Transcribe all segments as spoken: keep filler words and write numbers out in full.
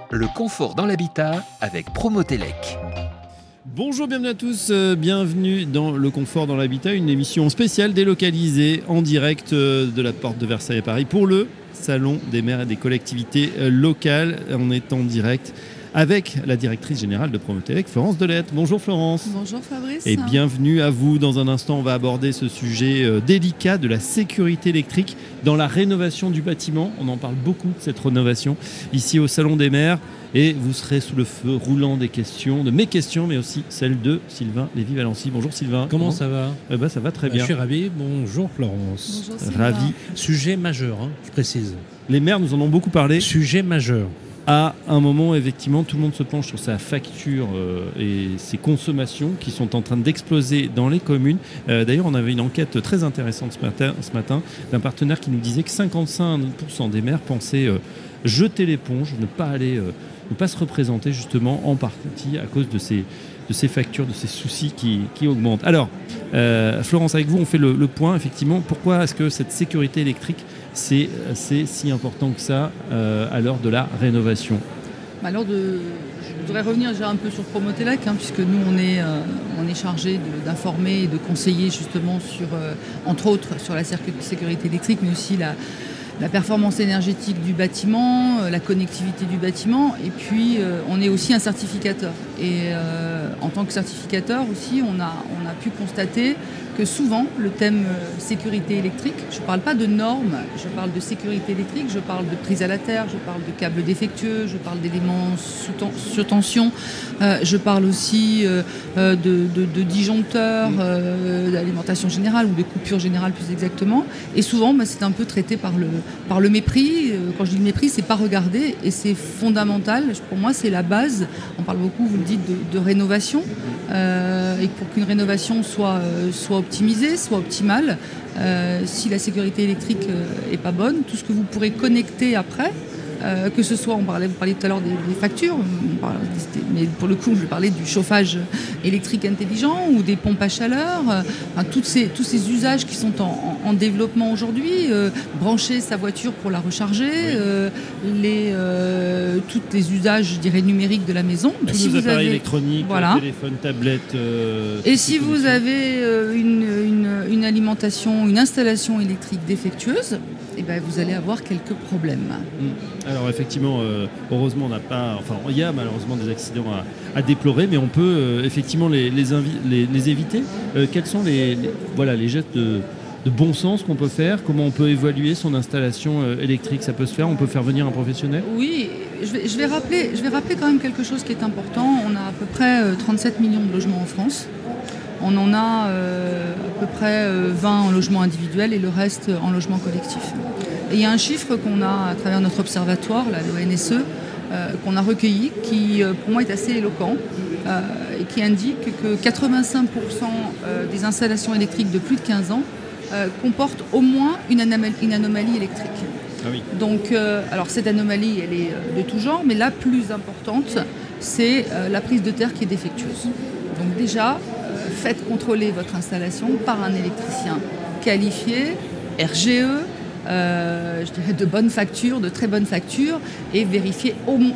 Le confort dans l'habitat avec Promotelec. Bonjour, bienvenue à tous, euh, bienvenue dans Le confort dans l'habitat, une émission spéciale délocalisée en direct euh, de la porte de Versailles à Paris pour le Salon des maires et des collectivités euh, locales. On est en direct avec la directrice générale de Promotelec, Florence Delette. Bonjour Florence. Bonjour Fabrice. Et bienvenue à vous. Dans un instant, on va aborder ce sujet euh, délicat de la sécurité électrique dans la rénovation du bâtiment. On en parle beaucoup de cette rénovation ici au Salon des maires. Et vous serez sous le feu roulant des questions, de mes questions, mais aussi celles de Sylvain Lévy-Valency. Bonjour Sylvain. Comment, Comment ça va eh ben, Ça va très bah, bien. Je suis ravi. Bonjour Florence. Bonjour Sylvain. Ravi. Sujet majeur, hein, je précise. Les maires nous en ont beaucoup parlé. Sujet majeur. À un moment, effectivement, tout le monde se penche sur sa facture euh, et ses consommations qui sont en train d'exploser dans les communes. Euh, d'ailleurs, on avait une enquête très intéressante ce matin, ce matin d'un partenaire qui nous disait que cinquante-cinq pour cent des maires pensaient euh, jeter l'éponge, ne pas aller, euh, ne pas se représenter justement en partie à cause de ces, de ces factures, de ces soucis qui, qui augmentent. Alors, euh, Florence, avec vous, on fait le, le point. Effectivement, pourquoi est-ce que cette sécurité électrique C'est, c'est si important que ça euh, à l'heure de la rénovation. Alors de, je voudrais revenir déjà un peu sur Promotelec, hein, puisque nous on est, euh, on est chargé de, d'informer et de conseiller justement sur, euh, entre autres, sur la sécurité électrique, mais aussi la, la performance énergétique du bâtiment, euh, la connectivité du bâtiment, et puis euh, on est aussi un certificateur. Et euh, en tant que certificateur aussi, on a, on a pu constater que souvent, le thème euh, sécurité électrique, je ne parle pas de normes, je parle de sécurité électrique, je parle de prise à la terre, je parle de câbles défectueux, je parle d'éléments sous, ten- sous tension, euh, je parle aussi euh, de, de, de disjoncteurs, euh, d'alimentation générale ou de coupure générale plus exactement. Et souvent, bah, c'est un peu traité par le, par le mépris. Quand je dis le mépris, c'est pas regarder et c'est fondamental. Pour moi, c'est la base. On parle beaucoup, vous le dites, de, de rénovation. Euh, et pour qu'une rénovation soit, euh, soit optimisée, soit optimale, euh, si la sécurité électrique n'est euh, pas bonne, tout ce que vous pourrez connecter après, euh, que ce soit, on parlait, vous parliez tout à l'heure des, des factures, on parlait, mais pour le coup je parlais du chauffage électrique intelligent ou des pompes à chaleur, euh, enfin, toutes ces, tous ces usages qui sont en, en, en développement aujourd'hui, euh, brancher sa voiture pour la recharger, oui. euh, les, euh, tous les usages, je dirais, numériques de la maison. Tous si les appareils avez, électroniques, voilà. Téléphone, tablette... Euh, Et si vous avez euh, une, une, une alimentation, une installation électrique défectueuse, eh ben, vous allez avoir quelques problèmes. Mmh. Alors effectivement, euh, heureusement, on n'a pas, enfin, il y a malheureusement des accidents à, à déplorer, mais on peut euh, effectivement les, les, invi- les, les éviter. Euh, quels sont les, les, voilà, les gestes de, de bon sens qu'on peut faire? Comment on peut évaluer son installation euh, électrique? Ça peut se faire? On peut faire venir un professionnel? Oui, je vais, je vais rappeler, je vais rappeler quand même quelque chose qui est important. On a à peu près euh, trente-sept millions de logements en France. On en a euh, à peu près euh, vingt en logement individuel et le reste en logement collectif. Et il y a un chiffre qu'on a à travers notre observatoire, là, l'O N S E, euh, qu'on a recueilli, qui euh, pour moi est assez éloquent euh, et qui indique que quatre-vingt-cinq pour cent euh, des installations électriques de plus de quinze ans euh, comportent au moins une anomalie, une anomalie électrique. Ah oui. Donc, euh, alors cette anomalie, elle est de tout genre, mais la plus importante, c'est euh, la prise de terre qui est défectueuse. Donc déjà, faites contrôler votre installation par un électricien qualifié, R G E, euh, je dirais de bonne facture, de très bonne facture, et vérifiez au moins,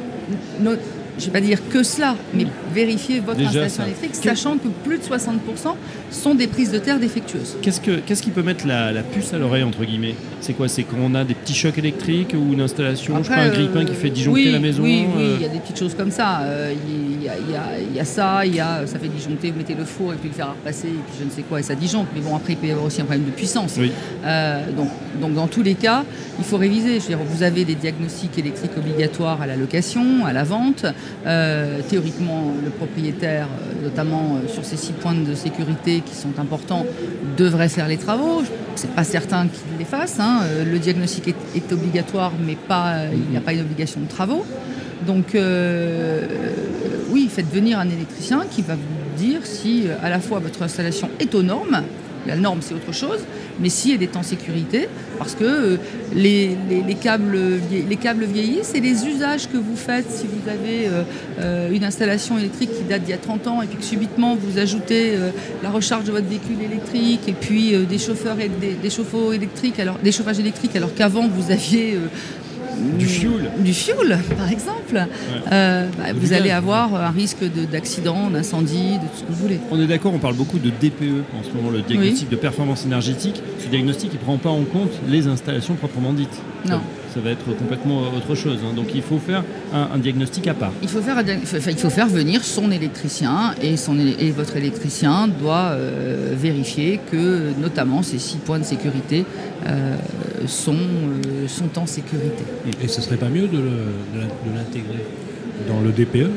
je ne vais pas dire que cela, mais vérifiez votre Déjà, installation ça. électrique, sachant que plus de soixante pour cent sont des prises de terre défectueuses. Qu'est-ce, que, qu'est-ce qui peut mettre la, la puce à l'oreille, entre guillemets? C'est quoi? C'est quand on a des petits chocs électriques ou une installation, Après, je sais pas, un grille-pain euh, qui fait disjoncter oui, la maison? Oui, oui, euh... il y a des petites choses comme ça. Il euh, y, y, y, y a ça, il y a, ça fait disjoncter, vous mettez le four et puis le fer à repasser, et puis je ne sais quoi, et ça disjoncte. Mais bon, après, il peut y avoir aussi un problème de puissance. Oui. Euh, donc, donc, dans tous les cas, il faut réviser. Je veux dire, vous avez des diagnostics électriques obligatoires à la location, à la vente. Euh, théoriquement, le propriétaire, notamment sur ces six points de sécurité qui sont importants, devrait faire les travaux. C'est pas certain qu'il les fasse. Hein. Le diagnostic est, est obligatoire, mais pas, il n'y a pas une obligation de travaux. Donc, euh, oui, faites venir un électricien qui va vous dire si à la fois votre installation est aux normes. La norme, c'est autre chose, mais si elle est en sécurité, parce que euh, les, les, les, câbles, les câbles vieillissent et les usages que vous faites, si vous avez euh, euh, une installation électrique qui date d'il y a trente ans et puis que subitement vous ajoutez euh, la recharge de votre véhicule électrique et puis euh, des chauffeurs et des, des chauffe-eau électriques, alors des chauffages électriques, alors qu'avant vous aviez euh, Du fioul. Du fioul, par exemple, ouais. euh, bah, vous allez gaz. avoir un risque de, d'accident, d'incendie, de tout ce que vous voulez. On est d'accord, on parle beaucoup de D P E en ce moment, le diagnostic oui. de performance énergétique. Ce diagnostic, il ne prend pas en compte les installations proprement dites. Non. Ça va être complètement autre chose. Hein. Donc il faut faire un, un diagnostic à part. Il faut faire, un, il faut faire venir son électricien et, son, et votre électricien doit euh, vérifier que notamment ces six points de sécurité euh, sont, euh, sont en sécurité. Et ce ne serait pas mieux de, le, de l'intégrer dans le D P E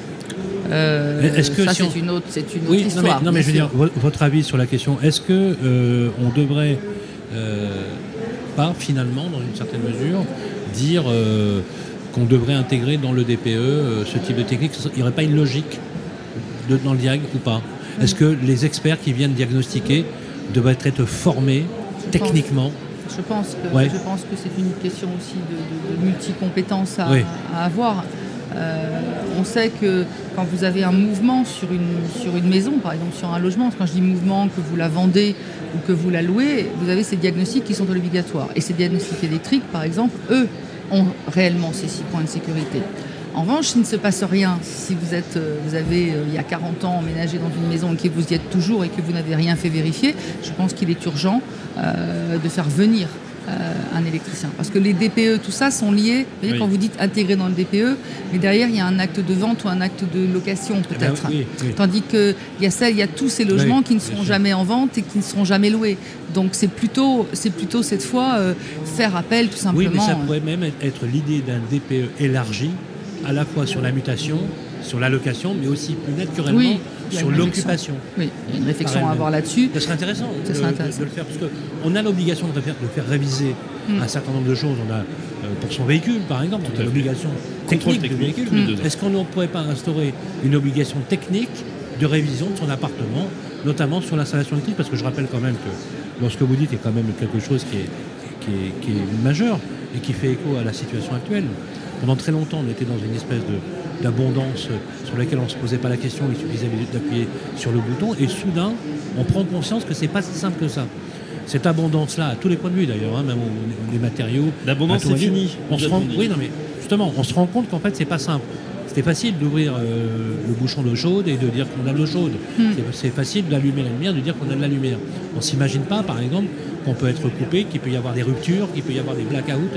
euh, est-ce que ça si c'est, on... une autre, c'est une autre oui, histoire. Non mais, non, mais je veux dire, votre avis sur la question, est-ce qu'on euh, devrait... Euh, pas finalement, dans une certaine mesure, dire euh, qu'on devrait intégrer dans le D P E euh, ce type de technique. Il n'y aurait pas une logique de, dans le diag ou pas? mmh. Est-ce que les experts qui viennent diagnostiquer devraient être formés je techniquement pense, je, pense que, ouais. je pense que c'est une question aussi de, de, de multicompétences à, oui. à avoir. Euh, on sait que quand vous avez un mouvement sur une, sur une maison, par exemple sur un logement, quand je dis mouvement, que vous la vendez ou que vous la louez, vous avez ces diagnostics qui sont obligatoires. Et ces diagnostics électriques, par exemple, eux, ont réellement ces six points de sécurité. En revanche, s'il ne se passe rien, si vous, êtes, vous avez, il y a quarante ans, emménagé dans une maison et que vous y êtes toujours et que vous n'avez rien fait vérifier, je pense qu'il est urgent euh, de faire venir Euh, un électricien. Parce que les D P E, tout ça, sont liés. Vous voyez, oui. quand vous dites intégrer dans le D P E, mais derrière, il y a un acte de vente ou un acte de location, peut-être. Ah ben oui, oui. Tandis qu'il y a ça, il y a tous ces logements oui, qui ne seront jamais en vente et qui ne seront jamais loués. Donc, c'est plutôt, c'est plutôt cette fois euh, faire appel, tout simplement. Oui, mais ça pourrait même être l'idée d'un D P E élargi, à la fois sur la mutation, sur la location, mais aussi plus naturellement oui, sur l'occupation. Oui, il y a une réflexion à avoir là-dessus. Ça serait intéressant, ça de, serait intéressant. De, de le faire, parce qu'on a l'obligation de faire, de faire réviser mm. un certain nombre de choses. On a, euh, pour son véhicule, par exemple, on a l'obligation technique, technique du véhicule. Mm. Est-ce qu'on ne pourrait pas instaurer une obligation technique de révision de son appartement, notamment sur l'installation électrique? Parce que je rappelle quand même que lorsque vous dites, il y a quand même quelque chose qui est, qui est, qui est majeur et qui fait écho à la situation actuelle. Pendant très longtemps, on était dans une espèce de, d'abondance sur laquelle on ne se posait pas la question, il suffisait d'appuyer sur le bouton, et soudain, on prend conscience que ce n'est pas si simple que ça. Cette abondance-là, à tous les points de vue d'ailleurs, hein, même au, les matériaux... L'abondance, c'est fini. On se rend, oui, non, mais justement, on se rend compte qu'en fait, c'est pas simple. C'était facile d'ouvrir euh, le bouchon d'eau chaude et de dire qu'on a de l'eau chaude. Mm. C'est, c'est facile d'allumer la lumière, de dire qu'on a de la lumière. On ne s'imagine pas, par exemple, qu'on peut être coupé, qu'il peut y avoir des ruptures, qu'il peut y avoir des blackouts.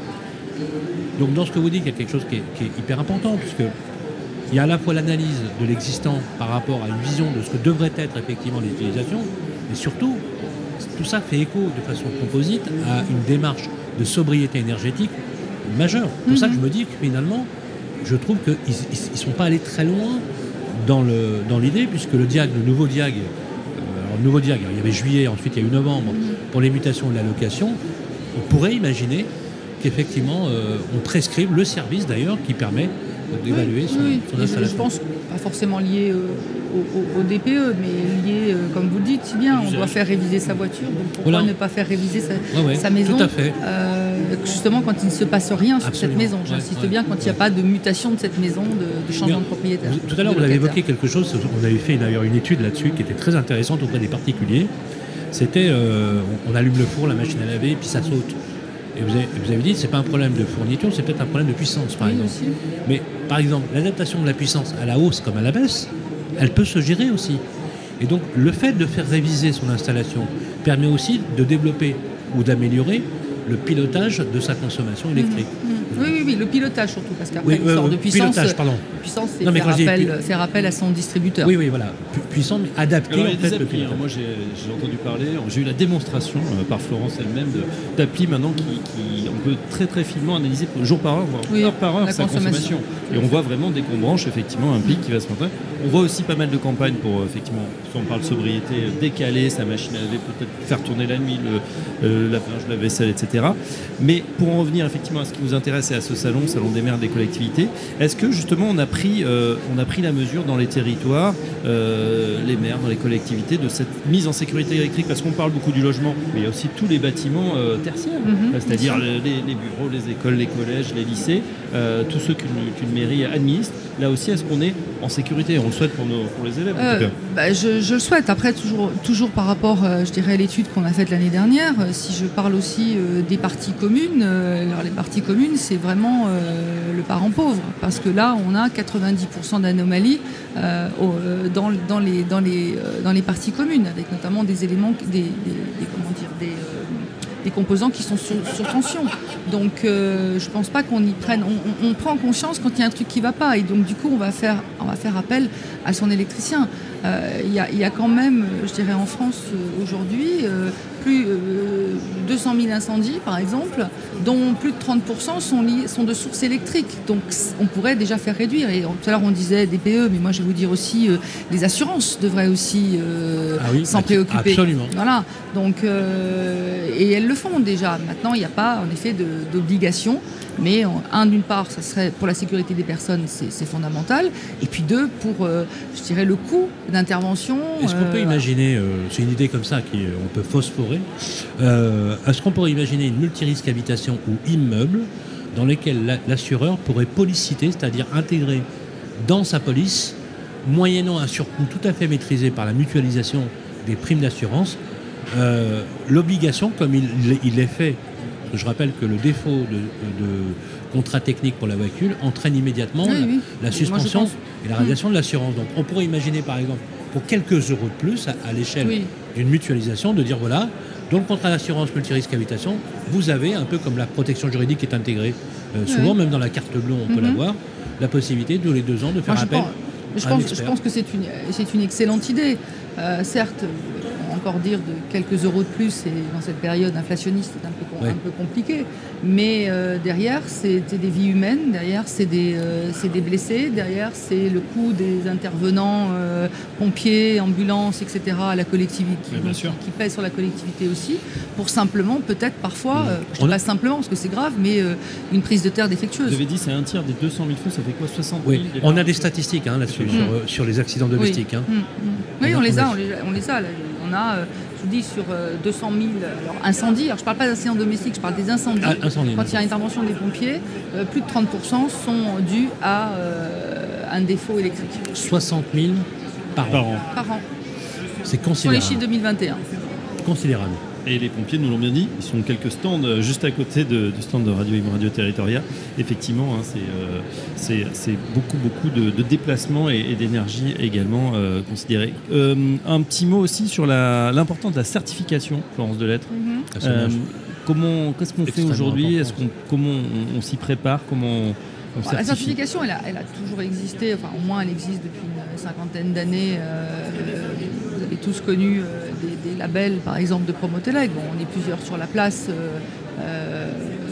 Donc dans ce que vous dites, il y a quelque chose qui est, qui est hyper important, puisqu'il y a à la fois l'analyse de l'existant par rapport à une vision de ce que devrait être effectivement l'utilisation, mais surtout, tout ça fait écho de façon composite à une démarche de sobriété énergétique majeure. C'est pour mm-hmm. ça que je me dis que finalement, je trouve qu'ils ne sont pas allés très loin dans, le, dans l'idée, puisque le diag, le nouveau diag, euh, alors le nouveau diag, il y avait juillet, ensuite il y a eu novembre, pour les mutations de la location, on pourrait imaginer qu'effectivement, euh, on prescrive le service d'ailleurs qui permet d'évaluer oui, son, oui. son installation. Je pense pas forcément lié euh, au, au, au D P E, mais lié, euh, comme vous le dites, si bien, on doit faire réviser sa voiture, donc pourquoi voilà. ne pas faire réviser sa, ouais, ouais, sa maison tout à fait. Euh, justement quand il ne se passe rien sur Absolument. cette maison. J'insiste ouais, bien, quand il n'y a pas de mutation de cette maison, de, de changement de propriétaire. Tout à l'heure, vous avez évoqué quelque chose, on avait fait d'ailleurs une étude là-dessus qui était très intéressante auprès des particuliers. C'était, euh, on allume le four, la machine à laver, et puis ça saute. Et vous avez, vous avez dit, c'est pas un problème de fourniture, c'est peut-être un problème de puissance, par oui, exemple. Aussi. Mais par exemple, l'adaptation de la puissance à la hausse comme à la baisse, elle peut se gérer aussi. Et donc, le fait de faire réviser son installation permet aussi de développer ou d'améliorer le pilotage de sa consommation électrique. Mmh, mmh. Oui, oui, oui, le pilotage surtout, parce qu'après, oui, une euh, sorte de puissance, pilotage, pardon. puissance c'est non, faire, appel, pu... faire appel à son distributeur. Oui, oui, voilà. Puissant, mais adapté. Alors, en il y a fait, des applis, hein. Moi, j'ai, j'ai entendu parler, j'ai eu la démonstration euh, par Florence elle-même de, d'applis maintenant qui, qui, on peut très très finement analyser jour par heure, voire oui, heure par heure sa consommation. consommation. Et on voit vraiment, dès qu'on branche, effectivement, un pic mmh. qui va se monter. On voit aussi pas mal de campagnes pour, effectivement, si on parle de sobriété, décaler sa machine à laver, peut-être faire tourner la nuit, le, euh, la linge, la vaisselle, et cetera. Mais pour en revenir effectivement à ce qui nous intéresse et à ce salon, salon des maires des collectivités, est-ce que justement on n'a pris, euh, on a pris la mesure dans les territoires, euh, les maires, dans les collectivités, de cette mise en sécurité électrique, parce qu'on parle beaucoup du logement, mais il y a aussi tous les bâtiments euh, tertiaires, mm-hmm. c'est-à-dire les, les bureaux, les écoles, les collèges, les lycées, euh, tous ceux qu'une, qu'une mairie administre. Là aussi, est-ce qu'on est en sécurité? On le souhaite pour, nos, pour les élèves, en euh, tout cas. Bah, je, je le souhaite. Après, toujours, toujours par rapport, euh, je dirais, à l'étude qu'on a faite l'année dernière, euh, si je parle aussi euh, des parties communes, euh, alors les parties communes, c'est vraiment euh, le parent pauvre, parce que là, on a quatre-vingt-dix pour cent d'anomalies euh, au, dans, dans, les, dans, les, euh, dans les parties communes, avec notamment des éléments, des, des, des comment dire, des euh, des composants qui sont sur, sur tension. Donc euh, je ne pense pas qu'on y prenne... On, on, on prend conscience quand il y a un truc qui ne va pas. Et donc du coup, on va faire, on va faire appel à son électricien. Il euh, y, y a quand même, je dirais en France euh, aujourd'hui, euh, plus euh, deux cent mille incendies par exemple, dont plus de trente pour cent sont, liés, sont de sources électriques. Donc on pourrait déjà faire réduire. Et tout à l'heure on disait D P E, mais moi je vais vous dire aussi, euh, les assurances devraient aussi euh, ah oui, s'en préoccuper. Absolument. Voilà. Donc, euh, et elles le font déjà. Maintenant, il n'y a pas en effet de, d'obligation. Mais un, d'une part, ça serait pour la sécurité des personnes, c'est, c'est fondamental. Et puis deux, pour, euh, je dirais, le coût d'intervention. Est-ce qu'on euh, peut imaginer, euh, c'est une idée comme ça qu'on peut phosphorer, euh, est-ce qu'on pourrait imaginer une multirisque habitation ou immeuble dans lesquels la, l'assureur pourrait policiter, c'est-à-dire intégrer dans sa police, moyennant un surcoût tout à fait maîtrisé par la mutualisation des primes d'assurance, euh, l'obligation, comme il, il est fait. Je rappelle que le défaut de, de contrat technique pour la voiture entraîne immédiatement oui, la, oui. la suspension Moi, et la radiation mmh. de l'assurance. Donc on pourrait imaginer par exemple pour quelques euros de plus à, à l'échelle oui. d'une mutualisation de dire voilà, dans le contrat d'assurance multirisque habitation, vous avez un peu comme la protection juridique qui est intégrée euh, souvent, oui. même dans la carte bleue on mmh. peut l'avoir, la possibilité tous les deux ans de faire Moi, appel je pense, à je un pense, expert. Je pense que c'est une, c'est une excellente idée. Euh, certes, encore dire de quelques euros de plus, et dans cette période inflationniste, c'est un peu, ouais. un peu compliqué. Mais euh, derrière, c'est, c'est des vies humaines, derrière, c'est des, euh, c'est des blessés, derrière, c'est le coût des intervenants, euh, pompiers, ambulances, et cetera, à la collectivité, qui, oui, qui, qui pèsent sur la collectivité aussi, pour simplement, peut-être parfois, mmh. euh, je ne dis pas simplement parce que c'est grave, mais euh, une prise de terre défectueuse. Vous avez dit c'est un tiers des deux cent mille feux, ça fait quoi, soixante mille? Oui, on a des statistiques hein, là-dessus, mmh. sur, euh, sur les accidents domestiques. Oui, hein. mmh. oui on, on, les a, on, les, on les a, là. On a, euh, je vous dis, sur euh, deux cent mille alors, incendies. Alors, je ne parle pas d'incidents domestiques, je parle des incendies. Ah, incendie, Quand il y a intervention des pompiers, euh, plus de trente pour cent sont dus à euh, un défaut électrique. soixante mille par, par an. Par an. C'est considérable. Pour les chiffres deux mille vingt et un. Considérable. Et les pompiers nous l'ont bien dit, ils sont quelques stands juste à côté de, du stand de Radio Imo Radio Territoria. Effectivement, hein, c'est, euh, c'est, c'est beaucoup, beaucoup de, de déplacements et, et d'énergie également euh, considérés. Euh, un petit mot aussi sur la, l'importance de la certification, Florence Delettre. Mm-hmm. Euh, comment, qu'est-ce qu'on fait aujourd'hui? Est-ce qu'on, comment on, on s'y prépare? Comment on, on La certification, elle a, elle a toujours existé, enfin au moins elle existe depuis une cinquantaine d'années. Euh, vous avez tous connu euh, des, des labels, par exemple, de Promotelec. Bon, on est plusieurs sur la place, euh, euh,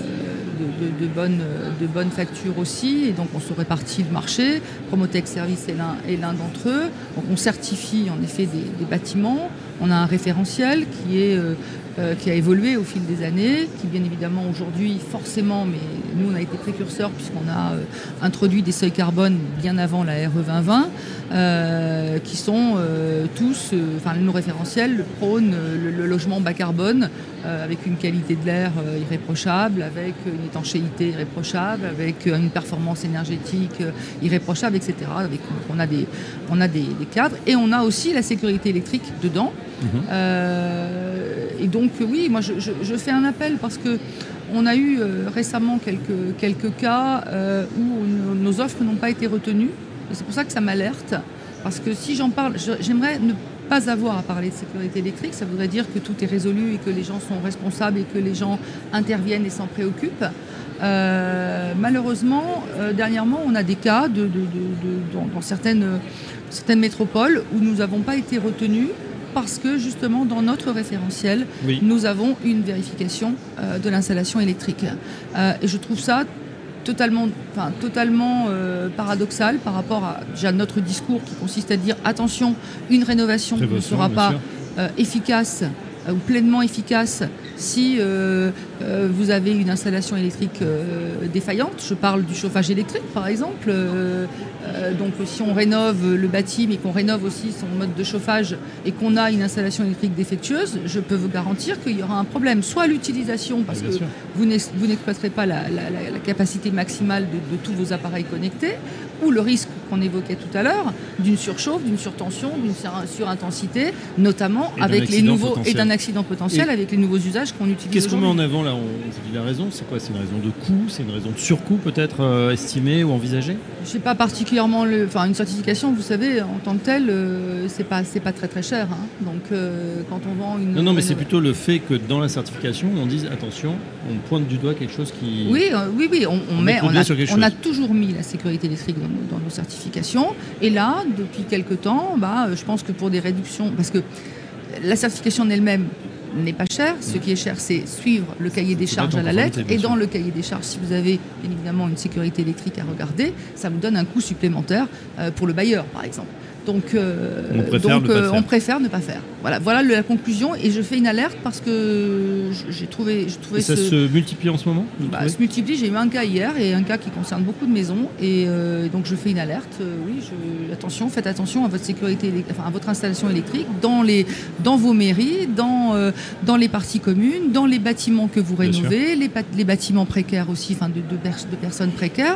de, de, de, bonnes, de bonnes factures aussi, et donc on se répartit le marché. Promotech Service est l'un, est l'un d'entre eux. Donc on certifie en effet des, des bâtiments. On a un référentiel qui est... Euh, Euh, qui a évolué au fil des années, qui bien évidemment aujourd'hui, forcément, mais nous on a été précurseurs puisqu'on a euh, introduit des seuils carbone bien avant la R E vingt vingt, euh, qui sont euh, tous, enfin euh, nos référentiels prônent le, le logement bas carbone, euh, avec une qualité de l'air euh, irréprochable, avec une étanchéité irréprochable, avec euh, une performance énergétique euh, irréprochable, et cetera. Avec, on a, des, on a des, des cadres, et on a aussi la sécurité électrique dedans. Mmh. Euh, et donc oui, moi je, je, je fais un appel parce que on a eu euh, récemment quelques, quelques cas euh, où nos, nos offres n'ont pas été retenues. Et c'est pour ça que ça m'alerte. Parce que si j'en parle, je, j'aimerais ne pas avoir à parler de sécurité électrique. Ça voudrait dire que tout est résolu et que les gens sont responsables et que les gens interviennent et s'en préoccupent. Euh, malheureusement, euh, dernièrement, on a des cas de, de, de, de, dans, dans certaines, certaines métropoles où nous n'avons pas été retenus parce que justement dans notre référentiel, oui. nous avons une vérification euh, de l'installation électrique. Euh, et je trouve ça totalement, enfin, totalement euh, paradoxal par rapport à déjà notre discours qui consiste à dire attention, une rénovation ne sera pas euh, efficace euh, ou pleinement efficace Si euh, euh, vous avez une installation électrique euh, défaillante, je parle du chauffage électrique par exemple, euh, euh, donc si on rénove le bâti mais qu'on rénove aussi son mode de chauffage et qu'on a une installation électrique défectueuse, je peux vous garantir qu'il y aura un problème, soit l'utilisation parce que vous n'exploiterez pas la, la, la, la capacité maximale de, de tous vos appareils connectés, ou le risque qu'on évoquait tout à l'heure d'une surchauffe, d'une surtension, d'une surintensité, notamment et avec les nouveaux potentiel. et d'un accident potentiel et avec les nouveaux usages qu'on utilise. Qu'est-ce qu'on met en avant là? On dit la raison, c'est quoi? C'est une raison de coût, c'est une raison de surcoût peut-être euh, estimée ou envisagée? Je sais pas particulièrement le, enfin une certification, vous savez, en tant que telle, euh, c'est pas c'est pas très très cher. Hein. Donc euh, quand on vend une. Non non, mais une... c'est plutôt le fait que dans la certification, on dise attention, on pointe du doigt quelque chose qui. Oui euh, oui oui, on, on, on met, on a, on a toujours mis la sécurité électrique dans nos, dans nos certifications. Et là, depuis quelques temps, bah, je pense que pour des réductions, parce que la certification en elle-même n'est pas chère. Ce qui est cher, c'est suivre le cahier des charges à la lettre. Et dans le cahier des charges, si vous avez bien évidemment une sécurité électrique à regarder, ça vous donne un coût supplémentaire euh, pour le bailleur, par exemple. Donc, euh, on préfère, donc, ne, euh, pas on préfère ne pas faire. Voilà, voilà la conclusion. Et je fais une alerte parce que j'ai trouvé, j'ai trouvé et ça ce... se multiplie en ce moment bah, se multiplie. J'ai eu un cas hier et un cas qui concerne beaucoup de maisons. Et euh, donc je fais une alerte. Euh, oui, je... attention, faites attention à votre sécurité, enfin à votre installation électrique dans les, dans vos mairies, dans euh, dans les parties communes, dans les bâtiments que vous rénovez, les, les bâtiments précaires aussi, enfin de, de, de personnes précaires,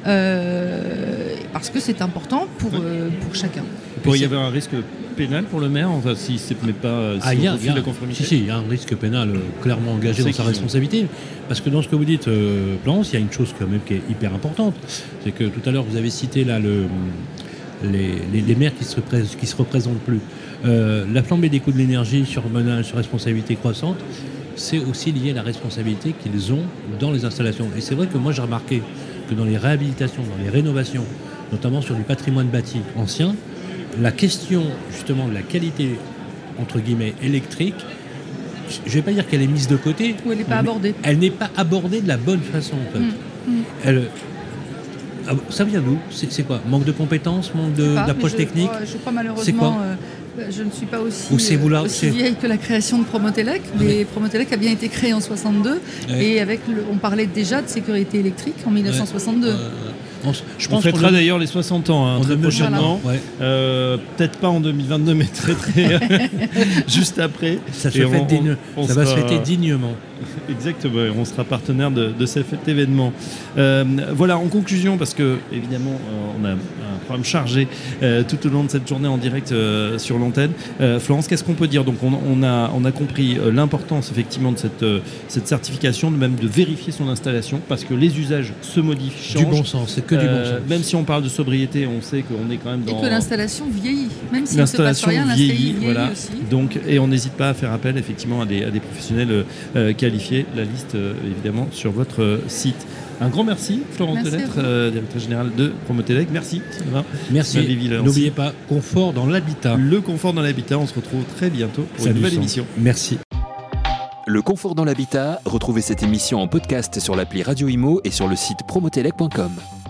euh, parce que c'est important pour euh, pour chacun. Il pourrait y avoir un risque pénal pour le maire, enfin, s'il ne met pas si ah, y a, y a, la conformité. Si, si, il y a un risque pénal euh, clairement engagé dans sa responsabilité. Parce que dans ce que vous dites, euh, Florence, il y a une chose quand même qui est hyper importante. C'est que tout à l'heure, vous avez cité là, le, les, les, les maires qui se, qui se représentent plus. Euh, la flambée des coûts de l'énergie sur, sur responsabilité croissante, c'est aussi lié à la responsabilité qu'ils ont dans les installations. Et c'est vrai que moi, j'ai remarqué que dans les réhabilitations, dans les rénovations, notamment sur du patrimoine bâti ancien, la question justement de la qualité entre guillemets électrique, je ne vais pas dire qu'elle est mise de côté. Ou elle n'est pas abordée. Elle n'est pas abordée de la bonne façon en fait. Mmh, mmh. Elle, ça vient d'où? c'est, c'est quoi? Manque de compétences, manque de, pas, d'approche je technique crois, Je crois malheureusement. C'est quoi euh, je ne suis pas aussi, Ou c'est euh, aussi vieille que la création de Promotelec, mais oui. Promotelec a bien été créé en soixante-deux ouais. et avec le, on parlait déjà de sécurité électrique en dix-neuf cent soixante-deux. Ouais. Euh, On, je pense on fêtera on d'ailleurs les soixante ans hein, très prochainement. Voilà. Ouais. Euh, peut-être pas en deux mille vingt-deux, mais très très juste après. Ça, se on, digne... on, on ça sera... va se fêter dignement. Exactement. On sera partenaire de, de cet événement. Euh, voilà, en conclusion, parce que évidemment, euh, on a un programme chargé euh, tout au long de cette journée en direct euh, sur l'antenne. Euh, Florence, qu'est-ce qu'on peut dire? Donc, on, on a on a compris euh, l'importance effectivement de cette euh, cette certification, de même de vérifier son installation, parce que les usages se modifient, changent. Du bon sens, c'est que du bon sens. Euh, même si on parle de sobriété, on sait qu'on est quand même dans... Et que l'installation vieillit. Même si l'installation rien, vieillit, vieillit voilà. Aussi. Donc, et on n'hésite pas à faire appel effectivement à des, à des professionnels euh, qualifiés. La liste, euh, évidemment, sur votre euh, site. Un grand merci, Florence Delettre, euh, directrice générale de Promotelec. Merci. Merci. N'oubliez pas, confort dans l'habitat. Le confort dans l'habitat. On se retrouve très bientôt pour une nouvelle émission. Merci. Le confort dans l'habitat. Retrouvez cette émission en podcast sur l'appli Radio Imo et sur le site promotelec point com.